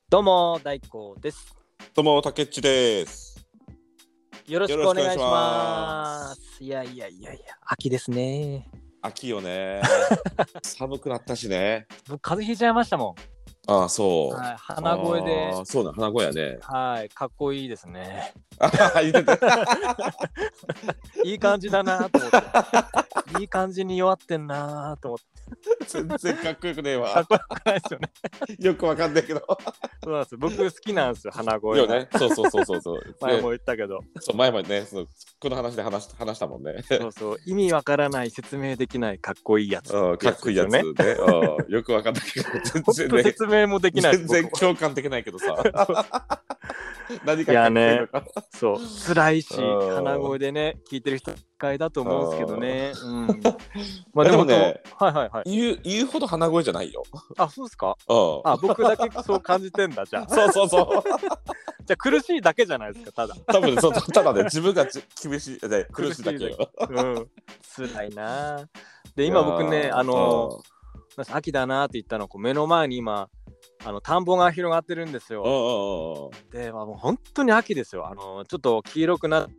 どうも大光です。 どうもたけっちです。 よろしくお願いしまます。いや、秋ですね。 秋よね。寒くなったしね。 僕風邪ひいちゃいましたもん。 ああ、そはい、 う。 鼻声で、 そうだ、鼻声やね。 はい、かっこいいですね。 言ってた。 いい感じだなと思って。いい感じに弱ってんなと思って。 全然かっこよくねえわ。 かっこよくないですよね。 よくわかんないけど。 そうなんです。僕好きなんですよ、鼻声が。 よね。そう。 前も言ったけど。 そう、前もね、この話で話したもんね。 そう、意味わからない、説明できないかっこいいやつ。 かっこいいやつね。よくわかんないけど、全然ね。 説明もできない。 全然共感できないけどさ。何かいやね、そう辛いし鼻声でね聞いてる人かいだと思うんですけどね。 まあでもね、言うほど鼻声じゃないよ。 あ、そうですか。あ、僕だけそう感じてんだ。じゃあそう。 じゃあ苦しいだけじゃないですか。ただ多分そう、ただね、自分が厳しいで苦しいだけよ。 辛いな。で今僕ね秋だなって言ったの目の前に今田んぼが広がってるんですよ。で、もう本当に秋ですよ。ちょっと黄色くなって、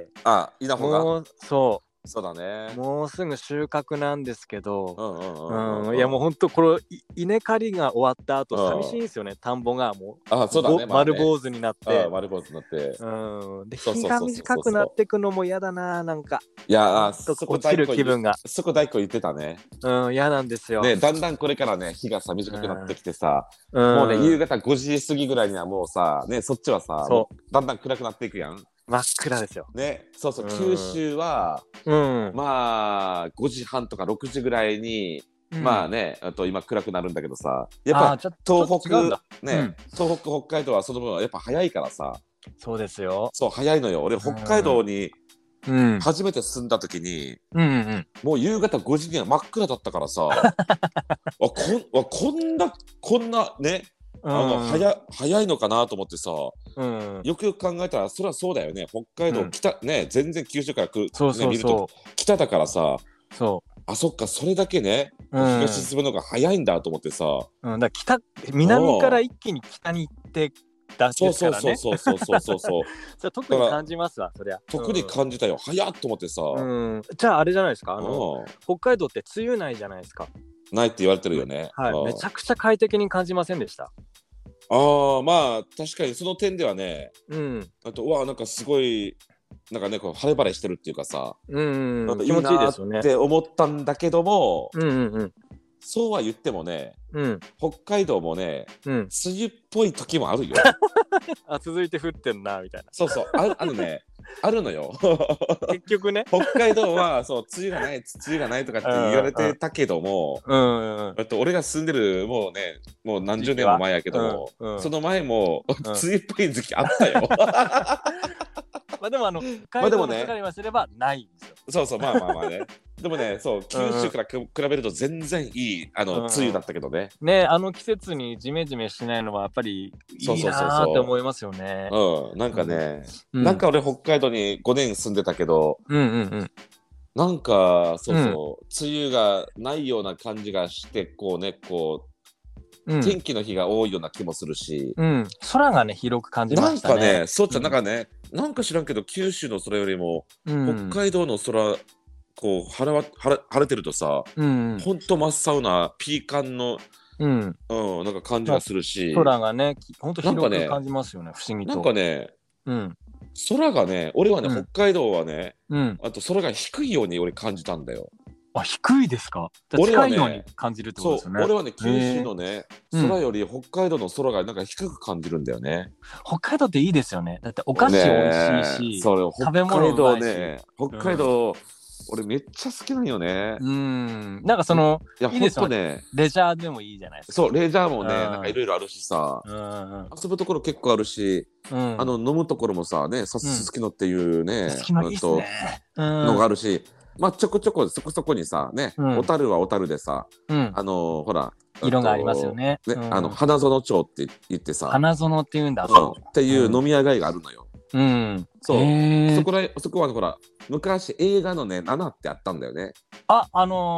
稲穂がもうそうだね。 もうすぐ収穫なんですけど、いやもう本当これ稲刈りが終わった後寂しいんですよね。田んぼがもうそうだね、 丸坊主になって、 丸坊主になって、 で日が短くなってくのも嫌だな。なんかいや落ちる気分がそこ大根言ってたね。 嫌なんですよね。だんだんこれからね日がさ短くなってきてさ、もうね夕方5時過ぎぐらいにはもうさね、そっちはさだんだん暗くなっていくやん。 真っ暗ですよね。そう九州はまあ5時半とか6時ぐらいにまあね、今暗くなるんだけどさ、やっぱ東北ね、東北北海道はその分はやっぱ早いからさ。 そうですよ。 そう早いのよ。俺北海道に初めて住んだ時に、もう夕方5時には真っ暗だったからさ、こんなね、早いのかなと思ってさ、よくよく考えたらそりゃそうだよね。北海道北ね、全然九州から見ると北だからさ、そっか、それだけね日が沈むのが早いんだと思ってさ、 だから南から一気に北に行ってそうじゃあ特に感じますわ。そりゃ特に感じたよ。早っと思ってさ。 じゃああれじゃないですか、北海道って梅雨ないじゃないですか。 ないって言われてるよね。 めちゃくちゃ快適に感じませんでした？ まあ確かにその点ではね、あとなんかすごいなんかね、こう晴れ晴れしてるっていうかさ、 気持ちいいですよねって思ったんだけども、そうは言ってもね、北海道もね、梅雨っぽい時もあるよ。 続いて降ってんなみたいな。 そうね、あるのよ。 結局ね、 北海道はそう梅雨がないとかって言われてたけども、俺が住んでるもう何十年も前やけども、その前も梅雨っぽい時期あったよ。 でも北海道の人から言わせればないんですよ。 まあね。でもね、そう九州から比べると全然いい梅雨だったけどね。 季節にジメジメしないのはやっぱりいいなって思いますよね。 なんかね、なんか俺北海道に5年住んでたけど、なんか梅雨がないような感じがして天気の日が多いような気もするし、 空がね広く感じましたね。 なんかね、そうちゃんなんかね、なんか知らんけど九州の空よりも北海道の空晴れてるとさ、ほんと真っ青なピーカンのなんか感じがするし、 空がねほんと広く感じますよね。不思議となんかね、空がね、俺はね北海道はね、あと空が低いように俺感じたんだよ。 低いですか？近いように感じるってことですよね。 俺はね九州のね空より北海道の空がなんか低く感じるんだよね。 北海道っていいですよね。だってお菓子美味しいし、食べ物うまいし。 北海道俺めっちゃ好きなんよね。 なんかいいですよね。レジャーでもいいじゃないですか。 そうレジャーもねなんかいろいろあるしさ、遊ぶところ結構あるし、飲むところもさね、さすすきのっていうねのがあるし、まあちょこちょこそこそこにさね、小樽は小樽でさ、ほら色がありますよね。 花園町って言ってさ、 花園っていうんだっていう飲み屋街があるのよ。そこはほら昔映画のね7ってあったんだよね。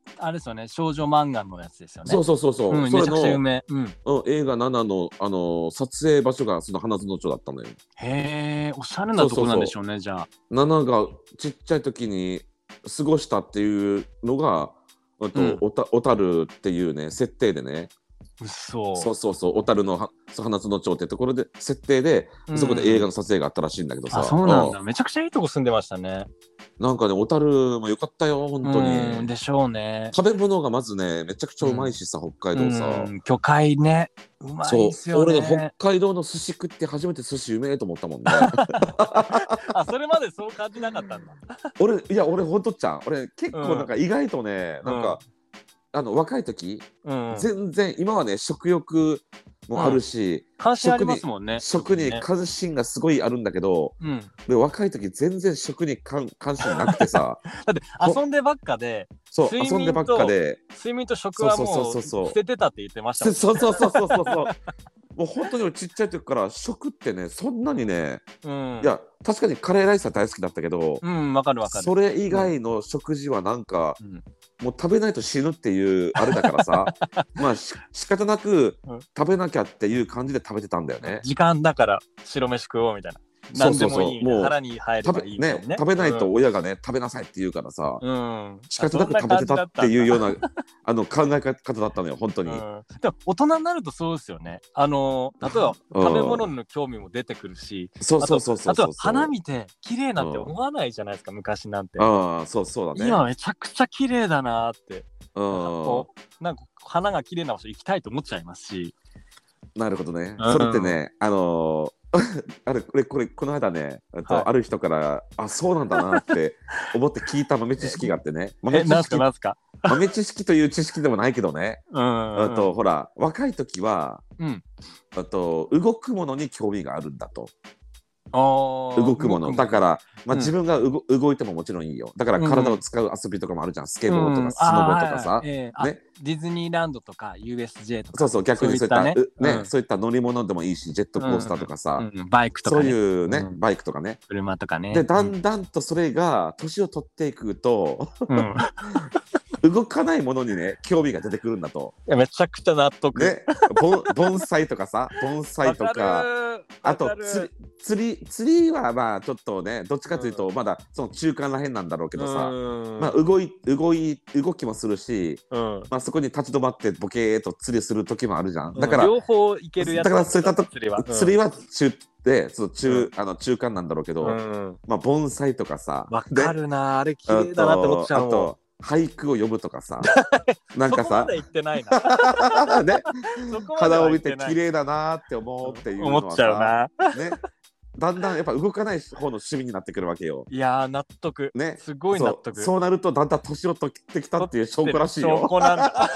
あれですよね、少女漫画のやつですよね。 そう、それめちゃくちゃ有名。 映画7の撮影場所がその花園町だったのよ。 へえ、おしゃれなとこなんでしょうね、じゃあ。 7がちっちゃい時に過ごしたっていうのが、小樽っていうね設定でね。そう小樽の花園町ってところで設定で、そこで映画の撮影があったらしいんだけどさ。 そうなんだ。めちゃくちゃいいとこ住んでましたね。 なんかね、小樽も良かったよ、本当に。 でしょうね。 食べ物がまずね、めちゃくちゃうまいしさ、北海道さ。 魚介ね、うまいですよね。 俺ね、北海道の寿司食って初めて寿司うめえと思ったもんね。 それまでそう感じなかったんだ。 俺ほんとっちゃん。俺結構なんか意外とね、なんか、若い時、全然今はね食欲もあるし、 関心ありますもんね。 食に関心がすごいあるんだけど、で若い時全然食に関心なくてさ。 だって遊んでばっかで、 遊んでばっかで睡眠と食はもう捨ててたって言ってましたもん。 そうもう本当にちっちゃい時から食ってねそんなにね、いや確かにカレーライスは大好きだったけど、 わかる。 それ以外の食事はなんか、もう食べないと死ぬっていうあれだからさまあ仕方なく食べなきゃっていう感じで食べてたんだよね。 時間だから白飯食おうみたいな。何でもいい、もう腹に入ればいいね。 食べないと親がね、食べなさいって言うからさ、仕方なく食べてたっていうような考え方だったのよ本当に。でも大人になるとそうですよね。例えば食べ物の興味も出てくるし、あとは花見て綺麗なんて思わないじゃないですか、昔なんて。 そうだね。 今めちゃくちゃ綺麗だなって、なんか花が綺麗な場所行きたいと思っちゃいますし。 なるほどね。それってね、この間ね、ある人からそうなんだなって思って聞いた豆知識があってね。 なんすか豆知識という知識でもないけどね。ほら若い時は動くものに興味があるんだと。動くものだから、自分が動いてももちろんいいよ。だから体を使う遊びとかもあるじゃん。スケボーとかスノボとかさ、 ディズニーランドとか USJ とか、 逆にそういった乗り物でもいいし、ジェットコースターとかさ、 バイクとか、 そういうね、バイクとかね、 車とかね。 でだんだんとそれが年を取っていくと動かないものにね興味が出てくるんだと。 めちゃくちゃ納得ね。盆栽とかさ、盆栽とか、あと釣りはまあちょっとね、どっちかというとまだその中間らへんなんだろうけどさ、動きもするし、そこに立ち止まってボケーっと釣りする時もあるじゃん。だから両方いけるやつ。 だからそういった釣りは中間なんだろうけど、盆栽とかさ、 わかるな、あれ綺麗だなって思っちゃうもん。 俳句を読むとかさ、なんかさ、 そこまで言ってないな。 ね、花を見て綺麗だなって思うっていうのはさ、 思っちゃうな。 ね、だんだんやっぱ動かない方の趣味になってくるわけよ。 いやー納得。ね、すごい納得。 そうなるとだんだん年を取ってきたっていう証拠らしいよ。 証拠なんだ。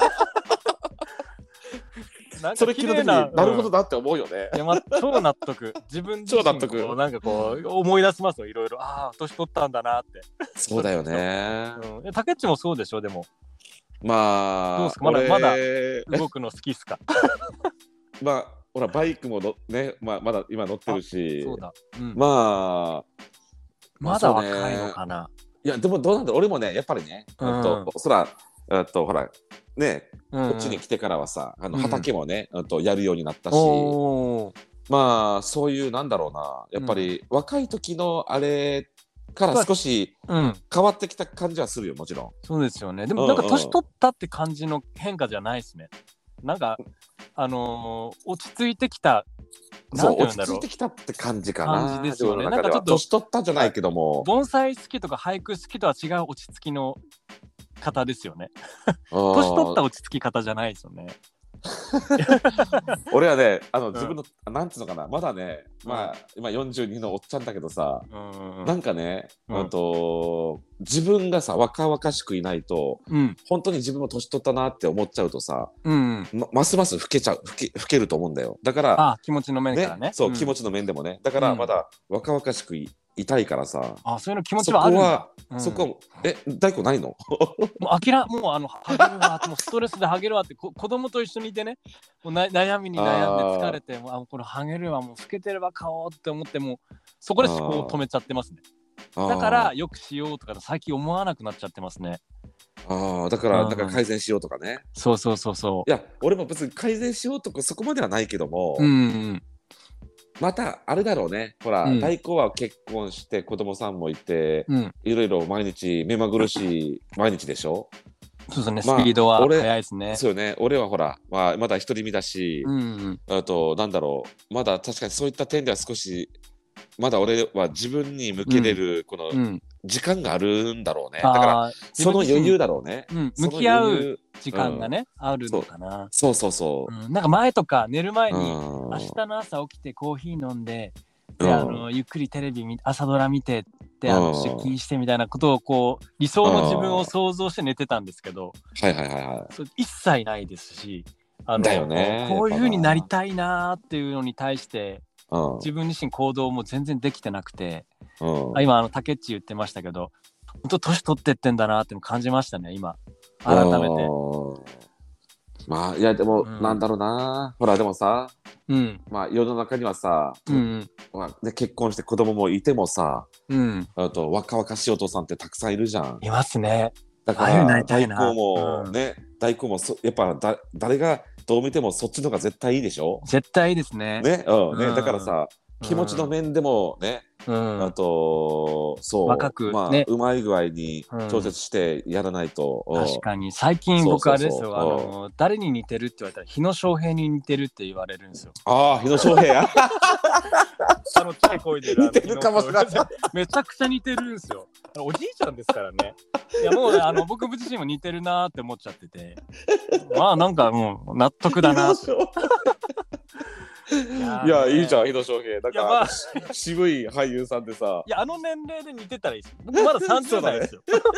それ聞いた時になるほどなって思うよね。 いや、超納得。自分自身もなんかこう思い出しますよ、いろいろ。年取ったんだなって。 そうだよね。 たけっちもそうでしょ、でも。 まあどうすか、まだ動くの好きっすか。 ほらバイクもね、まだ今乗ってるし、 そうだ。 まだ若いのかな。 いやでもどうなんだろう、俺もねやっぱりね、ほらね、こっちに来てからはさ、畑もね、やるようになったし、そういうなんだろうな、やっぱり若い時のあれから少し変わってきた感じはするよ、もちろん。 そうですよね。でもなんか年取ったって感じの変化じゃないですね。なんか落ち着いてきた。 落ち着いてきたって感じかな。 感じですよね。 なんかちょっと年取ったじゃないけども、 盆栽好きとか俳句好きとは違う落ち着きの方ですよね。年取った落ち着き方じゃないですよね。 俺はね、自分のなんつうのかな、まだね、今42のおっちゃんだけどさ、なんかね、自分がさ若々しくいないと、本当に自分も年取ったなって思っちゃうとさ、ますます老けると思うんだよ。だから気持ちの面からね。 そう、気持ちの面でもね。だからまだ若々しくいたいからさ。 そういうの気持ちはあるんだ。 そこ大根ないの？もうハゲるわ、もうストレスでハゲるわって子供と一緒にいてね、もう悩みに悩んで疲れて、これハゲるわ、もう老けてれば顔って思ってもそこで思考を止めちゃってますね。だからよくしようとか最近思わなくなっちゃってますね。 だからなんか改善しようとかね。 そうそうそうそう。 いや俺も別に改善しようとかそこまではないけども、またあれだろうね、ほら、大工は結婚して子供さんもいて、いろいろ毎日目まぐるしい毎日でしょ。 そうですね、スピードは速いですね。 そうよね。俺はほら、まだ独り身だし、あとなんだろう、まだ確かにそういった点では少しまだ俺は自分に向けれるこの時間があるんだろうね。だからその余裕だろうね。 向き合う時間がね、あるのかな。 そうそうそう。 なんか前とか寝る前に明日の朝起きてコーヒー飲んで、ゆっくりテレビ朝ドラ見てって出勤してみたいなことをこう理想の自分を想像して寝てたんですけど、一切ないですし、 だよね。 こういう風になりたいなっていうのに対して自分自身行動も全然できてなくて、今タケッチ言ってましたけど、本当年取ってってんだなって感じましたね今改めて。 まあいやでも、なんだろうな、ほらでもさ、まあ世の中にはさ、結婚して子供もいてもさ、あと若々しいお父さんってたくさんいるじゃん。 いますね。 だから大工もね、大工もやっぱ誰がどう見てもそっちの方が絶対いいでしょ。 絶対いいですね。 ね、だからさ、気持ちの面でもね、あとそう若くまあうまい具合に調節してやらないと。 確かに最近僕あれですよ、誰に似てるって言われたら日野翔平に似てるって言われるんですよ。 日野翔平や手こいでる似てるかもしれない。 めちゃくちゃ似てるんですよ。おじいちゃんですからね。いやもうね、僕自身も似てるなって思っちゃってて、まあなんかもう納得だなって。 いやいいじゃん、日野翔平。だから、渋い俳優さんでさ。 いや年齢で似てたらいいです。僕まだ30代ですよ。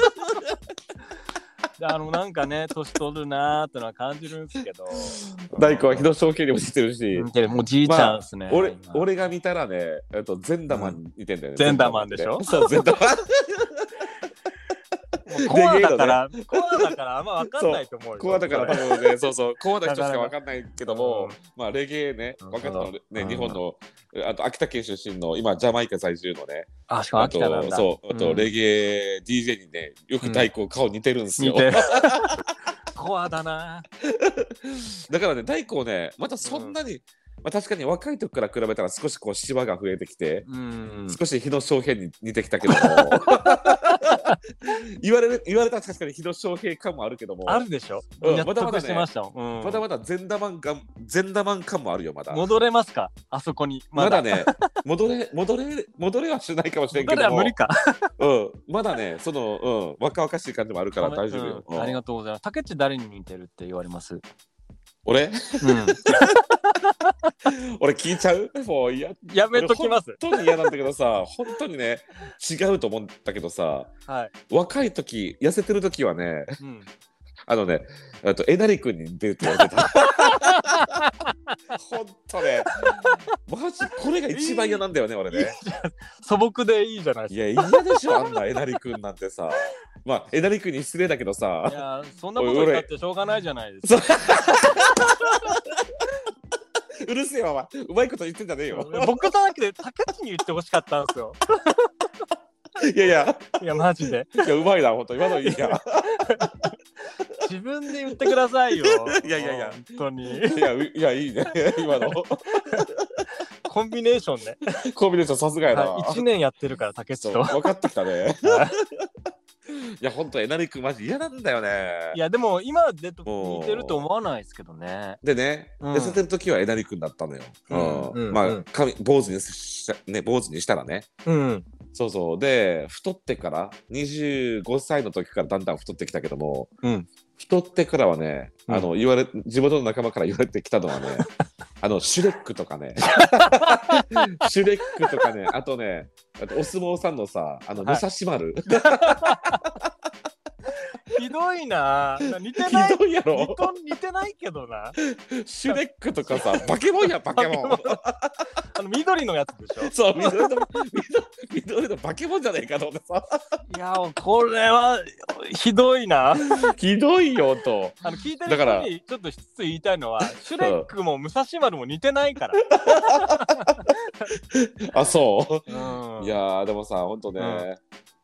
なんかね、年取るなーってのは感じるんですけど、 大工は日野翔平にも似てるし、 もうじいちゃんですね。 俺が見たらね、善玉に似てんだよね。 善玉でしょ。 そう、善玉。 コアだからあんま分かんないと思うよ。 コアだから多分ね、そうそう、コアな人しか分かんないけども、まあレゲエね、分かったのね、日本のあと秋田県出身の今ジャマイカ在住のね、 しかも秋田なんだ。 そう、あとレゲエ DJ にね、よく大工顔似てるんですよ。 コアだな。 だからね、大工ね、またそんなに確かに若い時から比べたら少しこうシワが増えてきて、少し日野翔平に似てきたけども言われたら確かに日野翔平感もあるけども、 あるでしょ。 まだまだね、まだまだ善玉感もあるよ。まだ戻れますか、あそこに。 まだね、戻れはしないかもしれんけども、 戻れは無理か。 まだね、その若々しい感じもあるから大丈夫よ。 ありがとうございます。竹内誰に似てるって言われます？ 俺俺聞いちゃう？もうやめときます。 本当に嫌なんだけどさ、本当にね違うと思うんだけどさ、若い時痩せてる時はね、えなりくんに似てるって言われてた。本当ね、マジこれが一番嫌なんだよね、俺ね。 素朴でいいじゃないですか。 いや嫌でしょ、あんなえなりくんなんてさ。まあえなりくんに失礼だけどさ。 いやそんなこと言ったってしょうがないじゃないですか。 うるせえわ、うまいこと言ってんじゃねえよ。 僕とだけで竹内に言ってほしかったんですよ。 いやマジで。 いやうまいな、本当今のいいや。 自分で言ってくださいよ。 いや本当に。 いやいいね今の。 コンビネーションね。 コンビネーションさすがやな。 1年やってるから竹内と。 分かってきたね。いや本当えなりくんマジ嫌なんだよね。 いやでも今で似てると思わないですけどね。 でね、痩せてる時はえなりくんだったのよ。まあ坊主にしたらね。そうそう。で太ってから25歳の時からだんだん太ってきたけども、太ってからはね、地元の仲間から言われてきたのはね、シュレックとかねシュレックとかね、あとね、お相撲さんのさ、武蔵丸ひどいな。似てない。 ひどいやろ。 似てないけどな。 シュレックとかさ、バケモンやバケモン。 緑のやつでしょ。 そう、緑のバケモンじゃないかと思ってさ。 いやこれはひどいな。 ひどいよと。 聞いてる人にちょっと一つ言いたいのは、シュレックも武蔵丸も似てないから。 あ、そう。いやでもさ、ほんとね。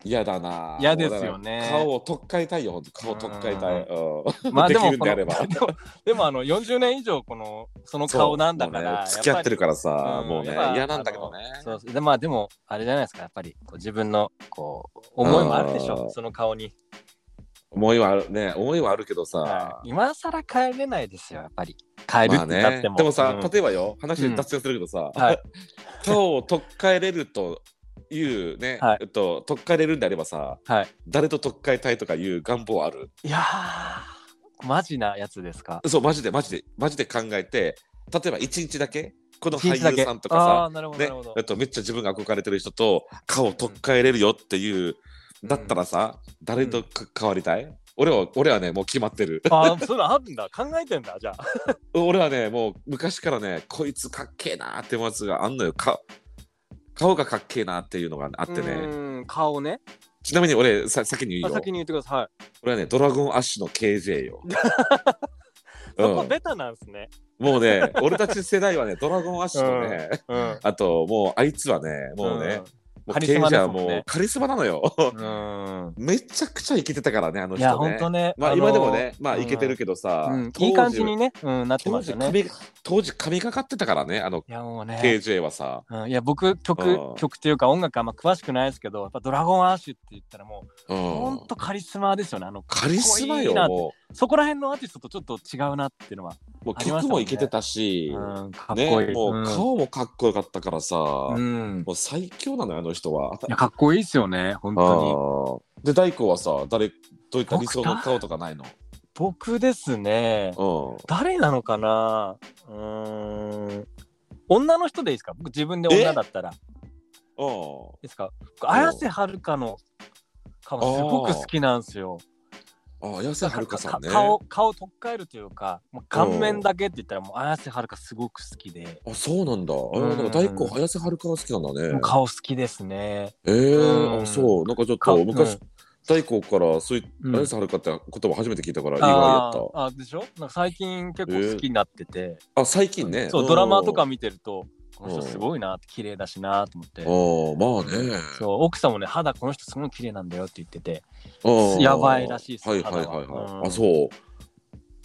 嫌だな。 嫌ですよね。 顔を取っ替えたいよ、ほんと顔取っ替えたい。 まあでもできるんであれば。 でも40年以上その顔なんだから、 付き合ってるからさ、もうね嫌なんだけどね。 そうでまあでもあれじゃないですか、やっぱり自分の思いもあるでしょ、その顔に。 思いはあるね、思いはあるけどさ、 今更帰れないですよ、やっぱり。帰るって言っても。 でもさ、例えばよ、話脱線するけどさ、顔を取っ替えれるというね、取っ替えれるんであればさ、誰と取っ替えたいとかいう願望ある？ いやー、マジなやつですか？ そう、マジで考えて、例えば1日だけこの俳優さんとかさ、ね、めっちゃ自分が憧れてる人と顔を取っ替えれるよっていう、だったらさ、誰と変わりたい？俺はね、もう決まってる。 そういうのあるんだ。考えてんだ、じゃあ。 俺はね、もう昔からね、こいつかっけえなーってやつがあんのよ。顔がかっけえなっていうのがあってね。 顔ね。 ちなみに俺、先に言うよ。 先に言ってください。 俺はね、ドラゴンアッシュの KJ よ。 そこベタなんすね。 もうね、俺たち世代はね、ドラゴンアッシュとね、あともうあいつはね、もうね、 カリスマですもんね。 もうカリスマなのよ。めちゃくちゃイケてたからね、あの人ね。いや、ほんとね。 まあ今でもね、まあイケてるけどさ、 いい感じにね、なってますよね。 当時神がかってたからね、KJ はさ。 いや、僕、曲っていうか音楽あんま詳しくないですけど、やっぱドラゴンアッシュって言ったらもう、ほんとカリスマですよね。 カリスマよ、もう。 そこら辺のアーティストとちょっと違うなっていうのは。 もう曲もイケてたし、 かっこいい。 もう顔もかっこよかったからさ、もう最強なのよ、あの人は。 いや、かっこいいですよね、本当に。で、大光はさ、どういった理想の顔とかないの？ 僕ですね、誰なのかな。女の人でいいですか？僕自分で女だったら。ですか？綾瀬はるかの顔すごく好きなんですよ。 綾瀬はるかさんね。 顔取っ替えるというか、顔面だけって言ったらもう綾瀬はるかすごく好きで。 そうなんだ。なんか大光綾瀬はるかが好きなんだね。 顔好きですね。 そう、なんかちょっと昔大光からそういう綾瀬はるかって言葉初めて聞いたから意外やった。 でしょ？なんか最近結構好きになってて。 最近ね。 そう、ドラマとか見てると。この人すごいなって、綺麗だしなと思って。 まあね。 そう、奥さんもね、肌この人すごい綺麗なんだよって言ってて、やばいらしいです。 そう。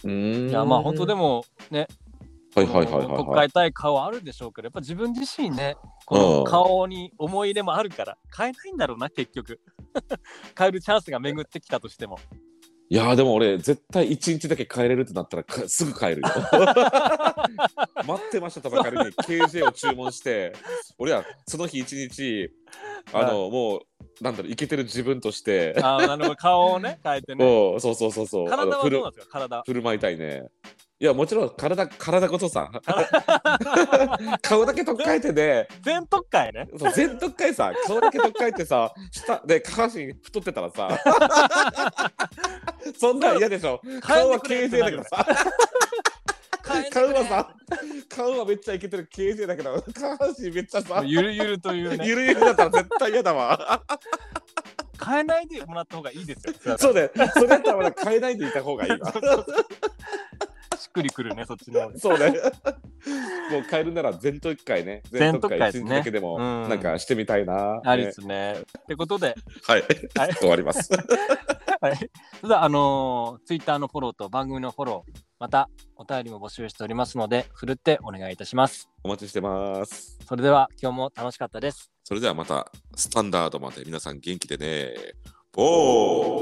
いや、まあ本当でもね、取っ替えたい顔あるでしょうけど、やっぱ自分自身ね、この顔に思い入れもあるから変えないんだろうな、結局。変えるチャンスが巡ってきたとしても。 いやでも俺絶対1日だけ帰れるってなったらすぐ帰るよ。待ってましたとばかりに KJ を注文して俺はその日1日もうなんだろうイケてる自分としてなるほど顔をね変えてね。 そう体はどうなんですか？体振る舞いたいね。いやもちろん体こそさ顔だけ取っ替えてね、 全取っ替えね。 そう全取っ替えさ、顔だけ取っ替えてさ、下で下半身太ってたらさそんなん嫌でしょ。顔は KJ だけどさ顔はめっちゃイケてる KJ だけど下半身めっちゃさゆるゆるというね、 ゆるゆるだったら絶対嫌だわ。 変えないでもらった方がいいですよ。 そうだよ、それだったらまだ変えないでいた方がいいわ。 しっくりくるね、そっちの。 そうね。もう変えるなら全取っ替えね。 全取っ替えですね。 だけでもなんかしてみたいな。 ありですね。ってことで、 はい終わります。 はい。それではTwitter のフォローと番組のフォロー、またお便りも募集しておりますので、ふるってお願いいたします。 お待ちしてます。 それでは今日も楽しかったです。 それではまたスタンダードまで皆さん元気でね。おー。